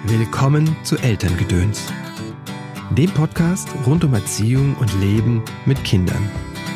Willkommen zu Elterngedöns, dem Podcast rund um Erziehung und Leben mit Kindern.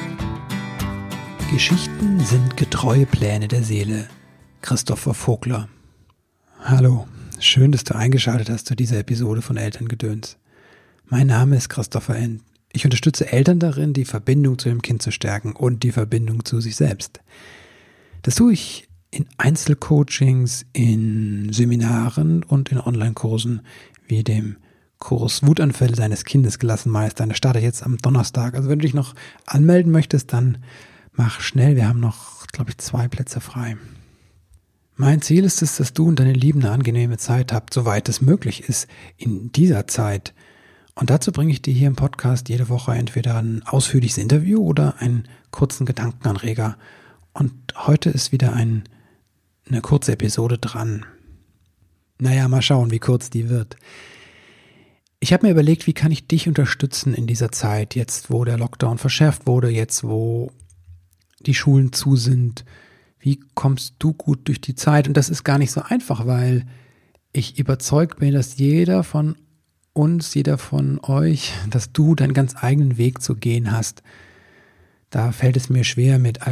Geschichten sind getreue Pläne der Seele. Christopher Vogler. Hallo, schön, dass du eingeschaltet hast zu dieser Episode von Elterngedöns. Mein Name ist Christopher End. Ich unterstütze Eltern darin, die Verbindung zu ihrem Kind zu stärken und die Verbindung zu sich selbst. Das tue ich in Einzelcoachings, in Seminaren und in Online-Kursen wie dem Kurs Wutanfälle deines Kindes gelassen meistern. Der startet jetzt am Donnerstag. Also wenn du dich noch anmelden möchtest, dann mach schnell. Wir haben noch, 2 Plätze frei. Mein Ziel ist es, dass du und deine Lieben eine angenehme Zeit habt, soweit es möglich ist in dieser Zeit. Und dazu bringe ich dir hier im Podcast jede Woche entweder ein ausführliches Interview oder einen kurzen Gedankenanreger. Und heute ist wieder eine kurze Episode dran. Naja, mal schauen, wie kurz die wird. Ich habe mir überlegt, wie kann ich dich unterstützen in dieser Zeit, jetzt wo der Lockdown verschärft wurde, jetzt wo die Schulen zu sind. Wie kommst du gut durch die Zeit? Und das ist gar nicht so einfach, weil ich überzeugt bin, dass jeder von uns, jeder von euch, dass du deinen ganz eigenen Weg zu gehen hast. Da fällt es mir schwer, mit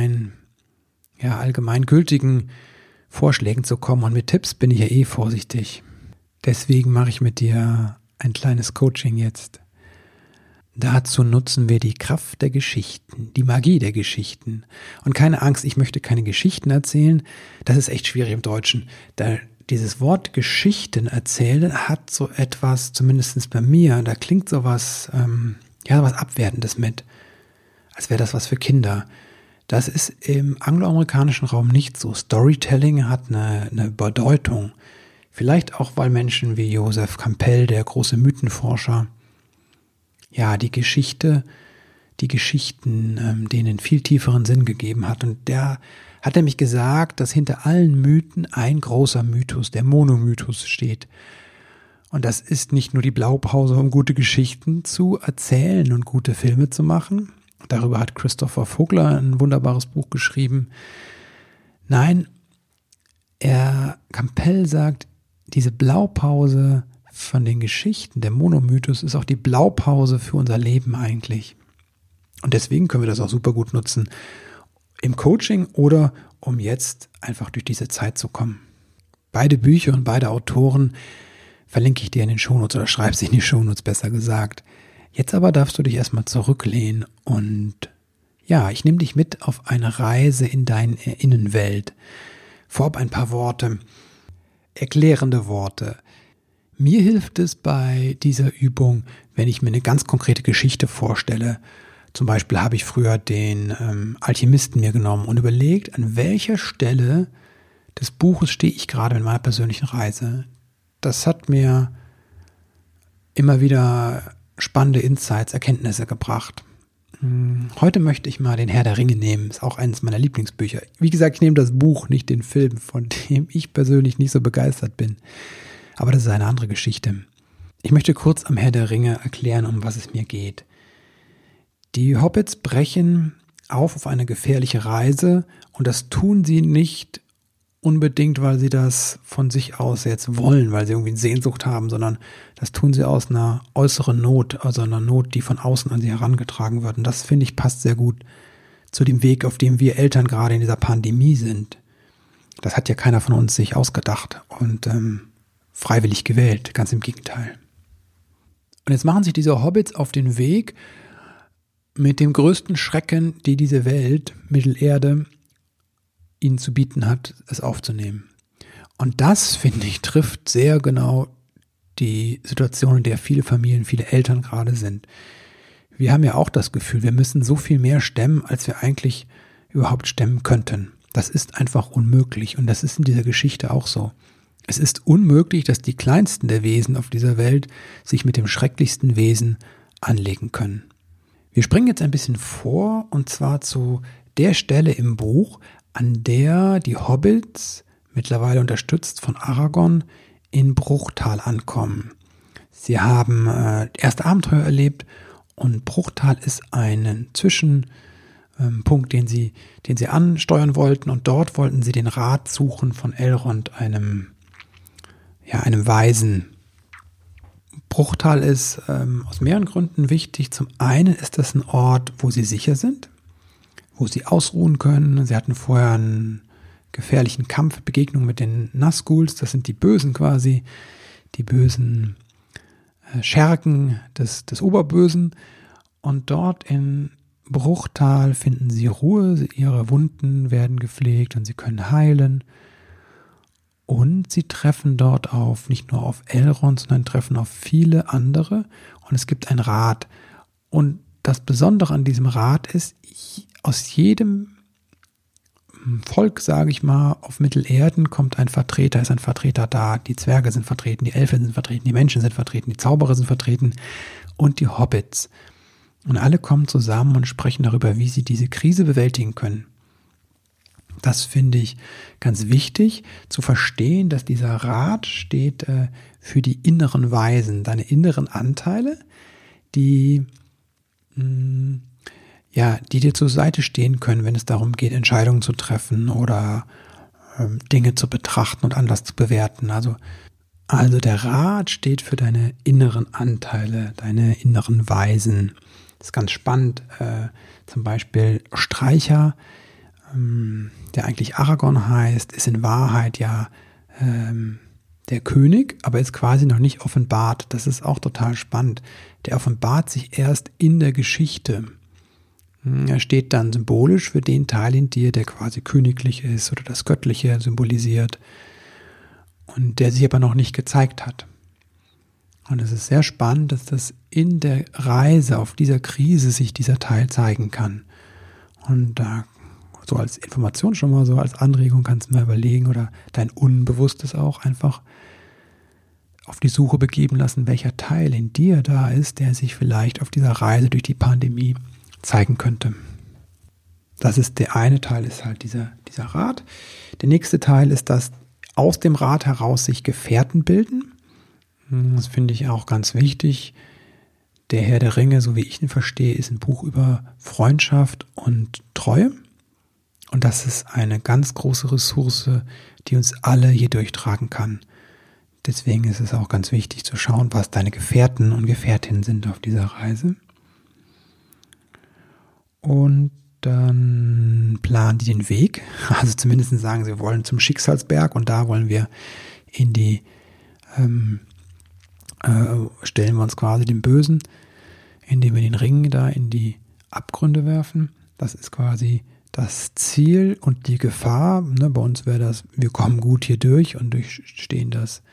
allgemeingültigen Vorschlägen zu kommen, und mit Tipps bin ich ja vorsichtig. Deswegen mache ich mit dir ein kleines Coaching jetzt. Dazu nutzen wir die Kraft der Geschichten, die Magie der Geschichten. Und keine Angst, ich möchte keine Geschichten erzählen. Das ist echt schwierig im Deutschen. Dieses Wort Geschichten erzählen hat so etwas, zumindest bei mir, da klingt sowas, was Abwertendes mit. Als wäre das was für Kinder. Das ist im angloamerikanischen Raum nicht so. Storytelling hat eine Bedeutung. Vielleicht auch, weil Menschen wie Joseph Campbell, der große Mythenforscher, die Geschichten denen viel tieferen Sinn gegeben hat. Und der hat nämlich gesagt, dass hinter allen Mythen ein großer Mythos, der Monomythos, steht. Und das ist nicht nur die Blaupause, um gute Geschichten zu erzählen und gute Filme zu machen. Darüber hat Christopher Vogler ein wunderbares Buch geschrieben. Nein, Campbell sagt, diese Blaupause von den Geschichten, der Monomythos, ist auch die Blaupause für unser Leben eigentlich. Und deswegen können wir das auch super gut nutzen im Coaching oder um jetzt einfach durch diese Zeit zu kommen. Beide Bücher und beide Autoren verlinke ich dir in den Shownotes oder schreib sie in die Shownotes, besser gesagt. Jetzt aber darfst du dich erstmal zurücklehnen und ich nehme dich mit auf eine Reise in deine Innenwelt. Vorab ein paar Worte, erklärende Worte. Mir hilft es bei dieser Übung, wenn ich mir eine ganz konkrete Geschichte vorstelle. Zum Beispiel habe ich früher den Alchemisten mir genommen und überlegt, an welcher Stelle des Buches stehe ich gerade in meiner persönlichen Reise. Das hat mir immer wieder spannende Insights, Erkenntnisse gebracht. Heute möchte ich mal den Herr der Ringe nehmen. Ist auch eines meiner Lieblingsbücher. Wie gesagt, ich nehme das Buch, nicht den Film, von dem ich persönlich nicht so begeistert bin. Aber das ist eine andere Geschichte. Ich möchte kurz am Herr der Ringe erklären, um was es mir geht. Die Hobbits brechen auf eine gefährliche Reise, und das tun sie nicht unbedingt, weil sie das von sich aus jetzt wollen, weil sie irgendwie eine Sehnsucht haben, sondern das tun sie aus einer äußeren Not, also einer Not, die von außen an sie herangetragen wird. Und das, finde ich, passt sehr gut zu dem Weg, auf dem wir Eltern gerade in dieser Pandemie sind. Das hat ja keiner von uns sich ausgedacht und freiwillig gewählt, ganz im Gegenteil. Und jetzt machen sich diese Hobbits auf den Weg, mit dem größten Schrecken, die diese Welt, Mittelerde, ihnen zu bieten hat, es aufzunehmen. Und das, finde ich, trifft sehr genau die Situation, in der viele Familien, viele Eltern gerade sind. Wir haben ja auch das Gefühl, wir müssen so viel mehr stemmen, als wir eigentlich überhaupt stemmen könnten. Das ist einfach unmöglich, und das ist in dieser Geschichte auch so. Es ist unmöglich, dass die kleinsten der Wesen auf dieser Welt sich mit dem schrecklichsten Wesen anlegen können. Wir springen jetzt ein bisschen vor, und zwar zu der Stelle im Buch, an der die Hobbits, mittlerweile unterstützt von Aragorn, in Bruchtal ankommen. Sie haben erste Abenteuer erlebt, und Bruchtal ist ein Zwischenpunkt, den sie ansteuern wollten, und dort wollten sie den Rat suchen von Elrond, einem einem Weisen. Bruchtal ist aus mehreren Gründen wichtig. Zum einen ist das ein Ort, wo sie sicher sind, wo sie ausruhen können. Sie hatten vorher einen gefährlichen Kampf, Begegnung mit den Nazguls, das sind die Bösen quasi, die bösen Schergen des Oberbösen. Und dort in Bruchtal finden sie Ruhe, ihre Wunden werden gepflegt und sie können heilen. Und sie treffen dort nicht nur auf Elrond, sondern treffen auf viele andere. Und es gibt einen Rat. Und das Besondere an diesem Rat ist, aus jedem Volk, sage ich mal, auf Mittelerden kommt ist ein Vertreter da. Die Zwerge sind vertreten, die Elfen sind vertreten, die Menschen sind vertreten, die Zauberer sind vertreten und die Hobbits. Und alle kommen zusammen und sprechen darüber, wie sie diese Krise bewältigen können. Das finde ich ganz wichtig, zu verstehen, dass dieser Rat steht für die inneren Weisen, deine inneren Anteile, die dir zur Seite stehen können, wenn es darum geht, Entscheidungen zu treffen oder Dinge zu betrachten und anders zu bewerten. Also der Rat steht für deine inneren Anteile, deine inneren Weisen. Das ist ganz spannend. Zum Beispiel Streicher, der eigentlich Aragorn heißt, ist in Wahrheit ja der König, aber ist quasi noch nicht offenbart. Das ist auch total spannend. Der offenbart sich erst in der Geschichte. Er steht dann symbolisch für den Teil in dir, der quasi königlich ist oder das Göttliche symbolisiert und der sich aber noch nicht gezeigt hat. Und es ist sehr spannend, dass das in der Reise auf dieser Krise sich dieser Teil zeigen kann. Und da so als Information schon mal, so als Anregung kannst du mal überlegen oder dein Unbewusstes auch einfach auf die Suche begeben lassen, welcher Teil in dir da ist, der sich vielleicht auf dieser Reise durch die Pandemie zeigen könnte. Das ist der eine Teil, ist halt dieser Rat. Der nächste Teil ist, dass aus dem Rat heraus sich Gefährten bilden. Das finde ich auch ganz wichtig. Der Herr der Ringe, so wie ich ihn verstehe, ist ein Buch über Freundschaft und Treue. Und das ist eine ganz große Ressource, die uns alle hier durchtragen kann. Deswegen ist es auch ganz wichtig zu schauen, was deine Gefährten und Gefährtinnen sind auf dieser Reise. Und dann planen die den Weg. Also zumindest sagen sie, wir wollen zum Schicksalsberg und da wollen wir stellen wir uns quasi dem Bösen, indem wir den Ring da in die Abgründe werfen. Das ist quasi das Ziel und die Gefahr. Ne, bei uns wäre das, wir kommen gut hier durch und durchstehen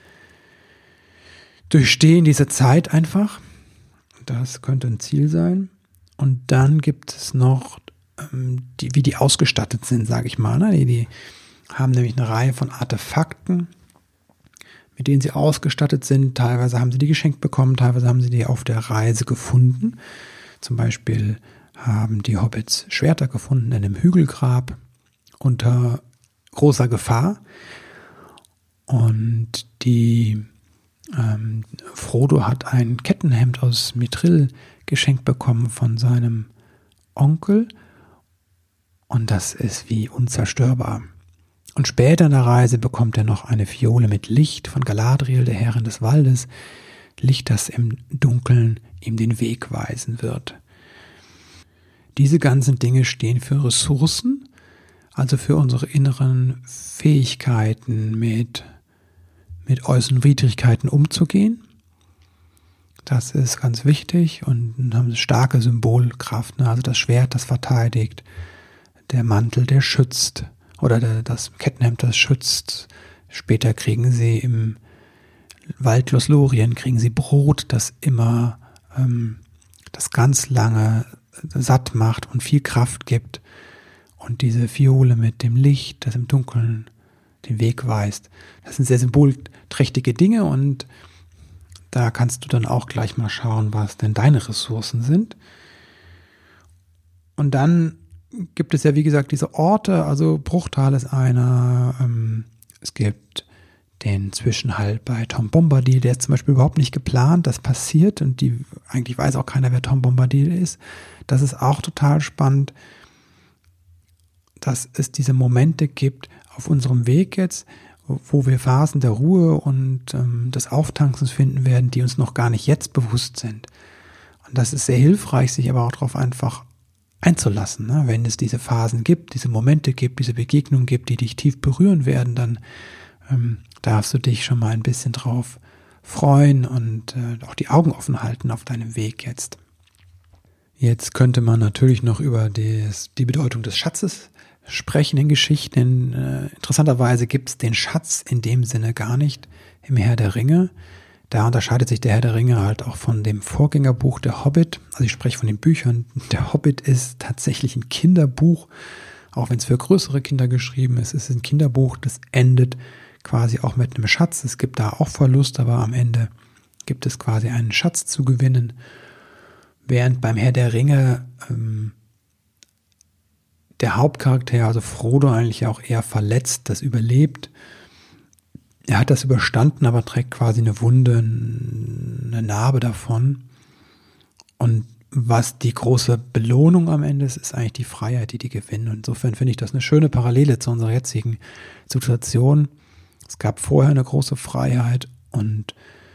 diese Zeit einfach. Das könnte ein Ziel sein. Und dann gibt es noch, wie die ausgestattet sind, sage ich mal. Ne? Die haben nämlich eine Reihe von Artefakten, mit denen sie ausgestattet sind. Teilweise haben sie die geschenkt bekommen, teilweise haben sie die auf der Reise gefunden. Zum Beispiel haben die Hobbits Schwerter gefunden in einem Hügelgrab unter großer Gefahr. Und Frodo hat ein Kettenhemd aus Mithril geschenkt bekommen von seinem Onkel. Und das ist wie unzerstörbar. Und später in der Reise bekommt er noch eine Fiole mit Licht von Galadriel, der Herrin des Waldes. Licht, das im Dunkeln ihm den Weg weisen wird. Diese ganzen Dinge stehen für Ressourcen, also für unsere inneren Fähigkeiten, mit äußeren Widrigkeiten umzugehen. Das ist ganz wichtig und haben eine starke Symbolkraft. Ne? Also das Schwert, das verteidigt, der Mantel, der schützt, oder das Kettenhemd, das schützt. Später kriegen sie im Wald Lothlorien Brot, das immer das ganz lange satt macht und viel Kraft gibt. Und diese Fiole mit dem Licht, das im Dunkeln den Weg weist. Das sind sehr symbolträchtige Dinge und da kannst du dann auch gleich mal schauen, was denn deine Ressourcen sind. Und dann gibt es ja, wie gesagt, diese Orte, also Bruchtal ist einer, es gibt den Zwischenhalt bei Tom Bombadil, der ist zum Beispiel überhaupt nicht geplant, das passiert und eigentlich weiß auch keiner, wer Tom Bombadil ist. Das ist auch total spannend, dass es diese Momente gibt auf unserem Weg jetzt, wo wir Phasen der Ruhe und des Auftankens finden werden, die uns noch gar nicht jetzt bewusst sind. Und das ist sehr hilfreich, sich aber auch darauf einfach einzulassen. Ne? Wenn es diese Phasen gibt, diese Momente gibt, diese Begegnungen gibt, die dich tief berühren werden, dann darfst du dich schon mal ein bisschen drauf freuen und auch die Augen offen halten auf deinem Weg jetzt. Jetzt könnte man natürlich noch über die Bedeutung des Schatzes sprechen in Geschichten. Interessanterweise gibt es den Schatz in dem Sinne gar nicht im Herr der Ringe. Da unterscheidet sich der Herr der Ringe halt auch von dem Vorgängerbuch Der Hobbit. Also ich spreche von den Büchern. Der Hobbit ist tatsächlich ein Kinderbuch, auch wenn es für größere Kinder geschrieben ist. Es ist ein Kinderbuch, das endet quasi auch mit einem Schatz. Es gibt da auch Verlust, aber am Ende gibt es quasi einen Schatz zu gewinnen. Während beim Herr der Ringe der Hauptcharakter, also Frodo, eigentlich auch eher verletzt, das überlebt. Er hat das überstanden, aber trägt quasi eine Wunde, eine Narbe davon. Und was die große Belohnung am Ende ist, ist eigentlich die Freiheit, die gewinnen. Und insofern finde ich das eine schöne Parallele zu unserer jetzigen Situation. Es gab vorher eine große Freiheit und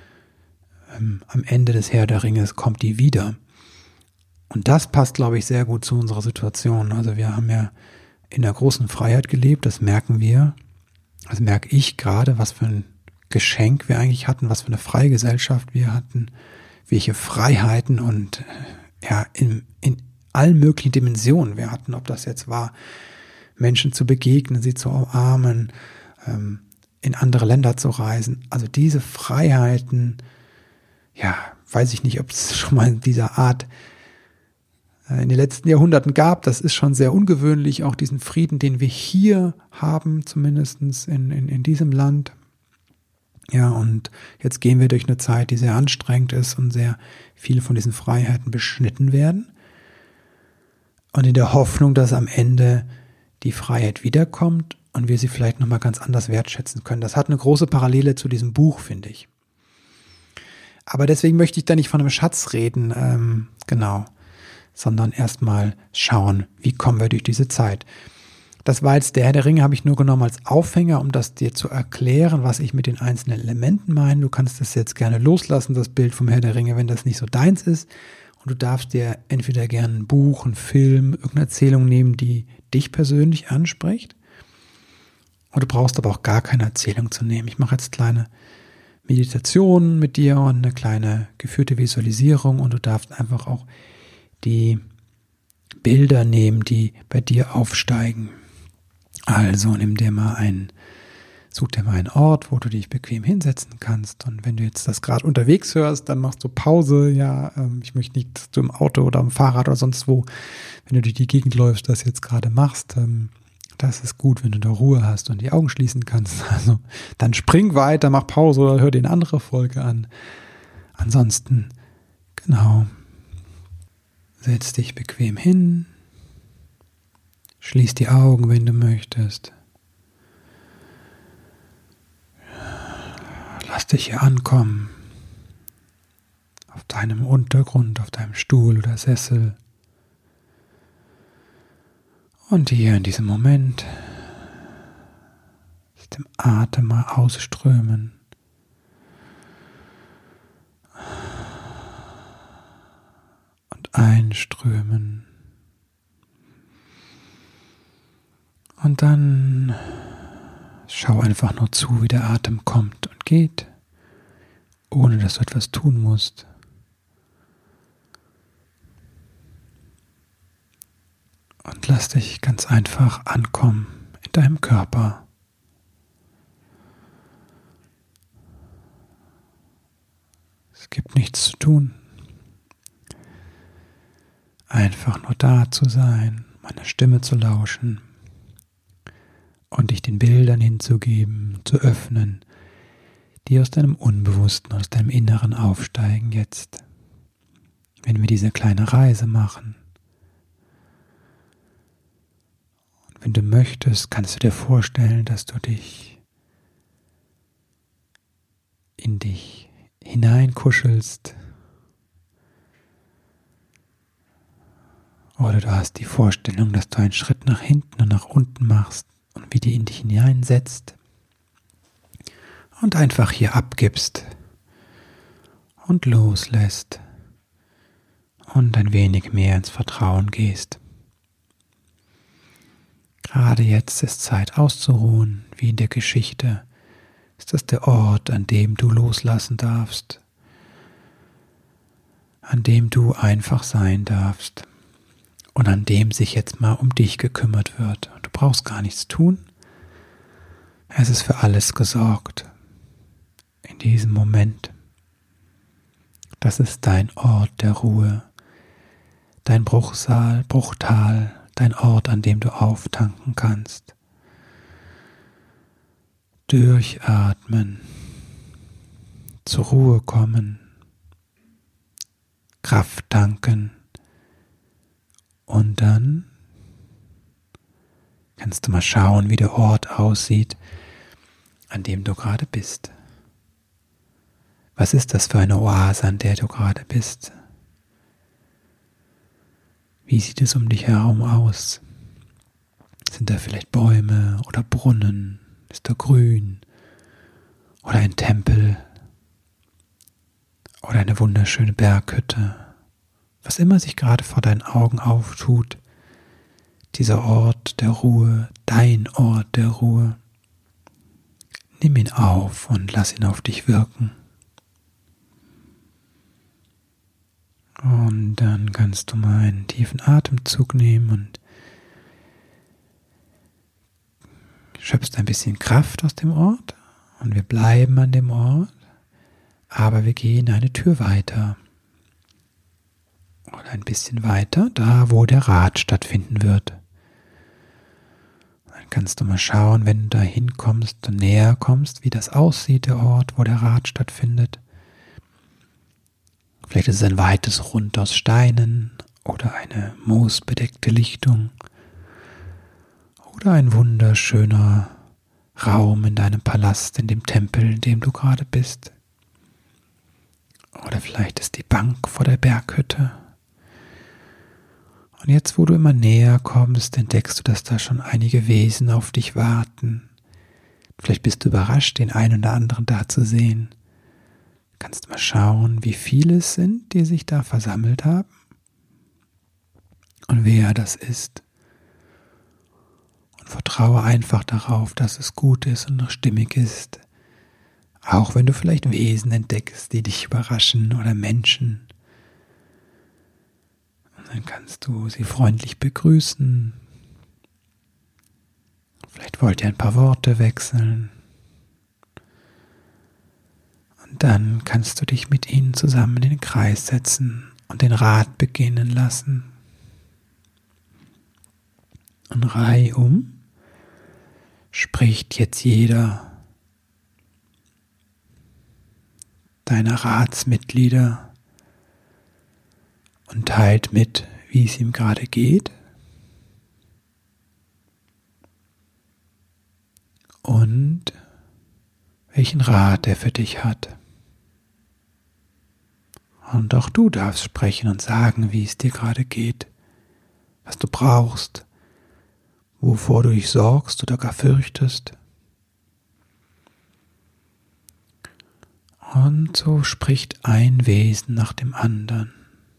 am Ende des Herr der Ringe kommt die wieder. Und das passt, glaube ich, sehr gut zu unserer Situation. Also wir haben ja in der großen Freiheit gelebt, das merken wir. Das merke ich gerade, was für ein Geschenk wir eigentlich hatten, was für eine freie Gesellschaft wir hatten, welche Freiheiten und ja, in allen möglichen Dimensionen wir hatten. Ob das jetzt war, Menschen zu begegnen, sie zu umarmen, in andere Länder zu reisen. Also diese Freiheiten, ja, weiß ich nicht, ob es schon mal in dieser Art in den letzten Jahrhunderten gab. Das ist schon sehr ungewöhnlich, auch diesen Frieden, den wir hier haben, zumindest in diesem Land. Ja, und jetzt gehen wir durch eine Zeit, die sehr anstrengend ist und sehr viele von diesen Freiheiten beschnitten werden. Und in der Hoffnung, dass am Ende die Freiheit wiederkommt und wir sie vielleicht nochmal ganz anders wertschätzen können. Das hat eine große Parallele zu diesem Buch, finde ich. Aber deswegen möchte ich da nicht von einem Schatz reden, sondern erstmal schauen, wie kommen wir durch diese Zeit. Das war jetzt der Herr der Ringe, habe ich nur genommen als Aufhänger, um das dir zu erklären, was ich mit den einzelnen Elementen meine. Du kannst das jetzt gerne loslassen, das Bild vom Herr der Ringe, wenn das nicht so deins ist. Und du darfst dir entweder gerne ein Buch, einen Film, irgendeine Erzählung nehmen, die dich persönlich anspricht. Und du brauchst aber auch gar keine Erzählung zu nehmen. Ich mache jetzt kleine Meditationen mit dir und eine kleine geführte Visualisierung und du darfst einfach auch die Bilder nehmen, die bei dir aufsteigen. Also such dir mal einen Ort, wo du dich bequem hinsetzen kannst. Und wenn du jetzt das gerade unterwegs hörst, dann machst du Pause. Ja, ich möchte nicht, dass du im Auto oder am Fahrrad oder sonst wo, wenn du durch die Gegend läufst, das jetzt gerade machst. Das ist gut, wenn du da Ruhe hast und die Augen schließen kannst. Also dann spring weiter, mach Pause oder hör dir eine andere Folge an. Ansonsten, setz dich bequem hin, schließ die Augen, wenn du möchtest. Lass dich hier ankommen, auf deinem Untergrund, auf deinem Stuhl oder Sessel. Und hier in diesem Moment lass den Atem mal ausströmen. Einströmen. Und dann schau einfach nur zu, wie der Atem kommt und geht, ohne dass du etwas tun musst. Und lass dich ganz einfach ankommen in deinem Körper. Es gibt nichts zu tun. Einfach nur da zu sein, meiner Stimme zu lauschen und dich den Bildern hinzugeben, zu öffnen, die aus deinem Unbewussten, aus deinem Inneren aufsteigen jetzt, wenn wir diese kleine Reise machen. Und wenn du möchtest, kannst du dir vorstellen, dass du dich in dich hineinkuschelst. Oder du hast die Vorstellung, dass du einen Schritt nach hinten und nach unten machst und wieder in dich hineinsetzt. und einfach hier abgibst und loslässt und ein wenig mehr ins Vertrauen gehst. Gerade jetzt ist Zeit auszuruhen, wie in der Geschichte ist das der Ort, an dem du loslassen darfst, an dem du einfach sein darfst und an dem sich jetzt mal um dich gekümmert wird. Du brauchst gar nichts tun, es ist für alles gesorgt. In diesem Moment, das ist dein Ort der Ruhe, dein Bruchtal, dein Ort, an dem du auftanken kannst. Durchatmen, zur Ruhe kommen, Kraft tanken und dann kannst du mal schauen, wie der Ort aussieht, an dem du gerade bist. Was ist das für eine Oase, an der du gerade bist? Wie sieht es um dich herum aus? Sind da vielleicht Bäume oder Brunnen? Ist da grün? Oder ein Tempel? Oder eine wunderschöne Berghütte? Was immer sich gerade vor deinen Augen auftut, dieser Ort der Ruhe, dein Ort der Ruhe, nimm ihn auf und lass ihn auf dich wirken. Und dann kannst du mal einen tiefen Atemzug nehmen und schöpfst ein bisschen Kraft aus dem Ort. Und wir bleiben an dem Ort, aber wir gehen eine Tür weiter. Oder ein bisschen weiter, da wo der Rat stattfinden wird. Dann kannst du mal schauen, wenn du da hinkommst und näher kommst, wie das aussieht, der Ort, wo der Rat stattfindet. Vielleicht ist es ein weites Rund aus Steinen oder eine moosbedeckte Lichtung oder ein wunderschöner Raum in deinem Palast, in dem Tempel, in dem du gerade bist. Oder vielleicht ist die Bank vor der Berghütte. Und jetzt, wo du immer näher kommst, entdeckst du, dass da schon einige Wesen auf dich warten. Vielleicht bist du überrascht, den einen oder anderen da zu sehen. Kannst mal schauen, wie viele es sind, die sich da versammelt haben und wer das ist. Und vertraue einfach darauf, dass es gut ist und stimmig ist. Auch wenn du vielleicht Wesen entdeckst, die dich überraschen oder Menschen. Und dann kannst du sie freundlich begrüßen. Vielleicht wollt ihr ein paar Worte wechseln. Und dann kannst du dich mit ihnen zusammen in den Kreis setzen und den Rat beginnen lassen. Und reihum spricht jetzt jeder deiner Ratsmitglieder und teilt mit, wie es ihm gerade geht und welchen Rat er für dich hat. Und auch du darfst sprechen und sagen, wie es dir gerade geht, was du brauchst, wovor du dich sorgst oder gar fürchtest. Und so spricht ein Wesen nach dem anderen.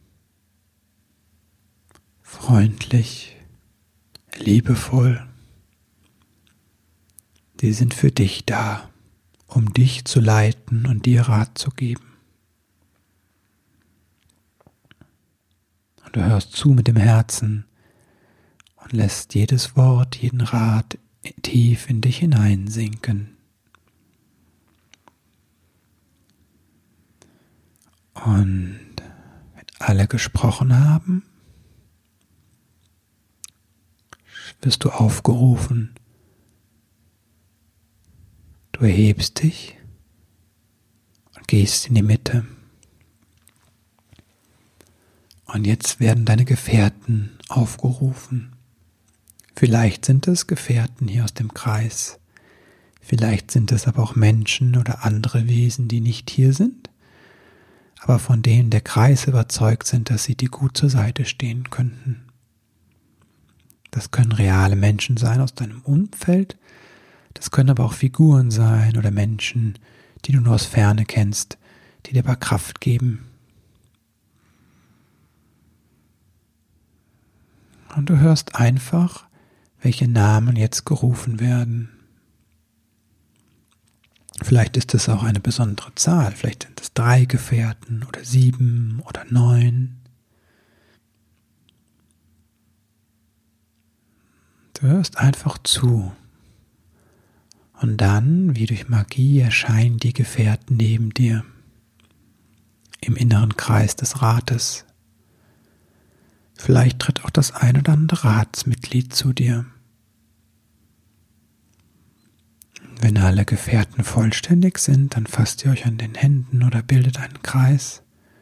Freundlich, liebevoll. Die sind für dich da, um dich zu leiten und dir Rat zu geben. Und du hörst zu mit dem Herzen und lässt jedes Wort, jeden Rat tief in dich hineinsinken. Und wenn alle gesprochen haben, wirst du aufgerufen. Du erhebst dich und gehst in die Mitte. Und jetzt werden deine Gefährten aufgerufen. Vielleicht sind es Gefährten hier aus dem Kreis. Vielleicht sind es aber auch Menschen oder andere Wesen, die nicht hier sind, aber von denen der Kreis überzeugt sind, dass sie dir gut zur Seite stehen könnten. Das können reale Menschen sein aus deinem Umfeld, Das können aber auch Figuren sein oder Menschen, die du nur aus Ferne kennst, die dir aber Kraft geben. Und du hörst einfach, welche Namen jetzt gerufen werden. Vielleicht ist es auch eine besondere Zahl, vielleicht sind es 3 Gefährten oder 7 oder 9. Du hörst einfach zu. Und dann, wie durch Magie, erscheinen die Gefährten neben dir, im inneren Kreis des Rates. Vielleicht tritt auch das ein oder andere Ratsmitglied zu dir. Wenn alle Gefährten vollständig sind, dann fasst ihr euch an den Händen oder bildet einen Kreis.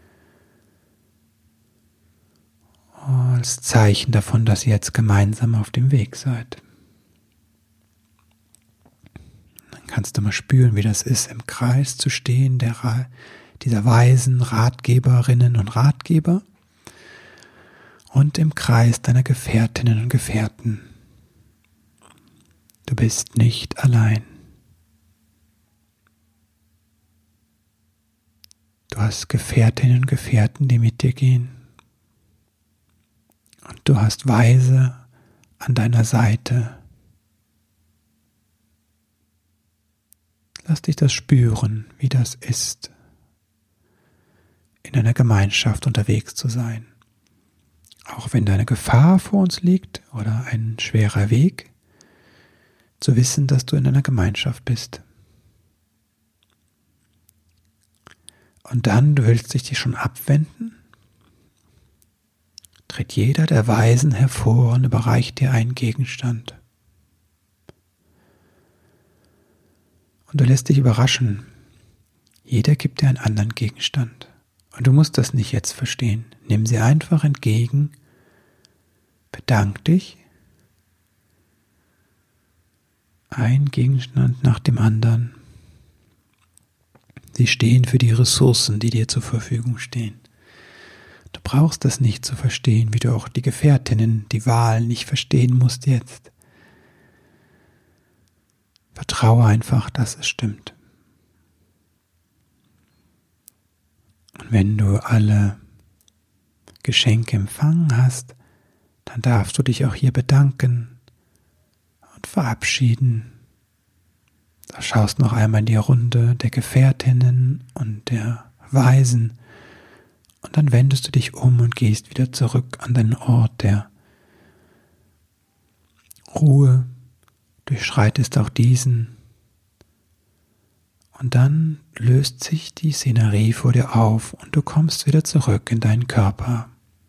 Als Zeichen davon, dass ihr jetzt gemeinsam auf dem Weg seid. Dann kannst du mal spüren, wie das ist, im Kreis zu stehen, dieser weisen Ratgeberinnen und Ratgeber und im Kreis deiner Gefährtinnen und Gefährten. Du bist nicht allein. Du hast Gefährtinnen und Gefährten, die mit dir gehen. Und du hast Weise an deiner Seite. Lass dich das spüren, wie das ist, in einer Gemeinschaft unterwegs zu sein. Auch wenn da eine Gefahr vor uns liegt oder ein schwerer Weg, zu wissen, dass du in einer Gemeinschaft bist. Und dann, du willst dich schon abwenden, tritt jeder der Weisen hervor und überreicht dir einen Gegenstand. Und du lässt dich überraschen. Jeder gibt dir einen anderen Gegenstand. Und du musst das nicht jetzt verstehen. Nimm sie einfach entgegen, bedank dich. Ein Gegenstand nach dem anderen. Sie stehen für die Ressourcen, die dir zur Verfügung stehen. Du brauchst das nicht zu verstehen, wie du auch die Gefährtinnen, die Wahl nicht verstehen musst jetzt. Vertraue einfach, dass es stimmt. Und wenn du alle Geschenke empfangen hast, dann darfst du dich auch hier bedanken und verabschieden. Da schaust noch einmal in die Runde der Gefährtinnen und der Weisen und dann wendest du dich um und gehst wieder zurück an deinen Ort der Ruhe, durchschreitest auch diesen und dann löst sich die Szenerie vor dir auf und du kommst wieder zurück in deinen Körper.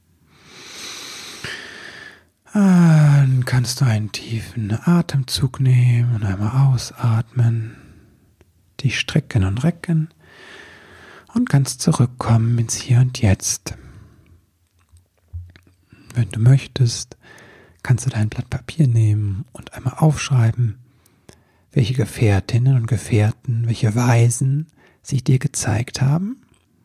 Dann kannst du einen tiefen Atemzug nehmen und einmal ausatmen, dich strecken und recken und kannst zurückkommen ins Hier und Jetzt. Wenn du möchtest, kannst du dein Blatt Papier nehmen und einmal aufschreiben, welche Gefährtinnen und Gefährten, welche Weisen sich dir gezeigt haben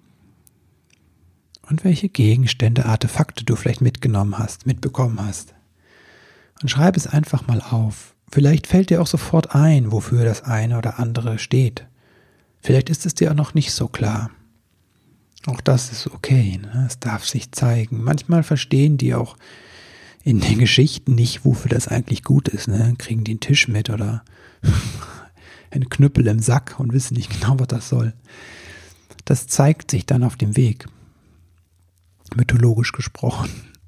und welche Gegenstände, Artefakte du vielleicht mitbekommen hast. Und schreib es einfach mal auf. Vielleicht fällt dir auch sofort ein, wofür das eine oder andere steht. Vielleicht ist es dir auch noch nicht so klar. Auch das ist okay, ne? Es darf sich zeigen. Manchmal verstehen die auch in den Geschichten nicht, wofür das eigentlich gut ist. Ne? Kriegen die einen Tisch mit oder einen Knüppel im Sack und wissen nicht genau, was das soll. Das zeigt sich dann auf dem Weg. Mythologisch gesprochen.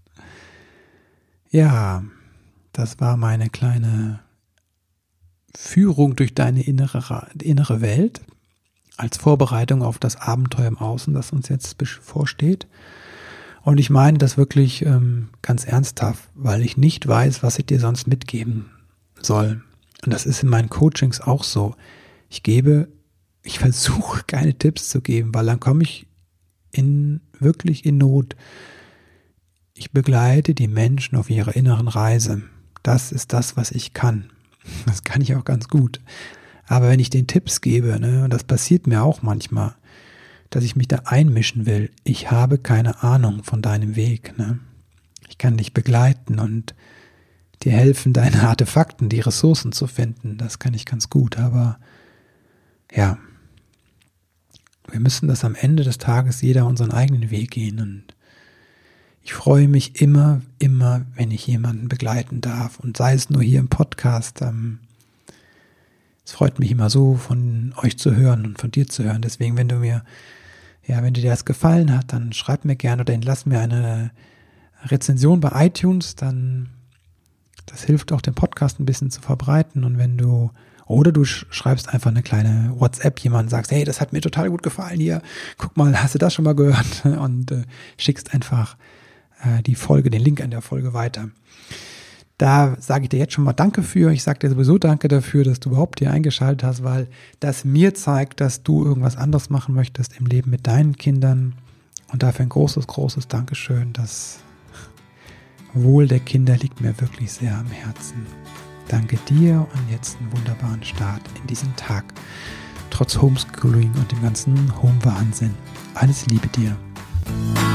Ja, das war meine kleine Führung durch deine innere Welt als Vorbereitung auf das Abenteuer im Außen, das uns jetzt bevorsteht. Und ich meine das wirklich ganz ernsthaft, weil ich nicht weiß, was ich dir sonst mitgeben soll. Und das ist in meinen Coachings auch so. Ich versuche keine Tipps zu geben, weil dann komme ich wirklich in Not. Ich begleite die Menschen auf ihrer inneren Reise. Das ist das, was ich kann. Das kann ich auch ganz gut. Aber wenn ich den Tipps gebe, ne, und das passiert mir auch manchmal, dass ich mich da einmischen will, ich habe keine Ahnung von deinem Weg. Ne? Ich kann dich begleiten und dir helfen, deine Artefakten, die Ressourcen zu finden. Das kann ich ganz gut, aber ja, wir müssen das am Ende des Tages jeder unseren eigenen Weg gehen und ich freue mich immer, wenn ich jemanden begleiten darf und sei es nur hier im Podcast. Es freut mich immer so, von euch zu hören und von dir zu hören. Deswegen, wenn dir das gefallen hat, dann schreib mir gerne oder hinterlass mir eine Rezension bei iTunes, dann das hilft auch dem Podcast ein bisschen zu verbreiten und du schreibst einfach eine kleine WhatsApp, jemanden sagst, hey, das hat mir total gut gefallen hier, guck mal, hast du das schon mal gehört? Und schickst einfach den Link an der Folge weiter. Da sage ich dir jetzt schon mal Danke für. Ich sage dir sowieso Danke dafür, dass du überhaupt hier eingeschaltet hast, weil das mir zeigt, dass du irgendwas anderes machen möchtest im Leben mit deinen Kindern. Und dafür ein großes, großes Dankeschön. Das Wohl der Kinder liegt mir wirklich sehr am Herzen. Danke dir und jetzt einen wunderbaren Start in diesen Tag. Trotz Homeschooling und dem ganzen Home-Wahnsinn. Alles Liebe dir.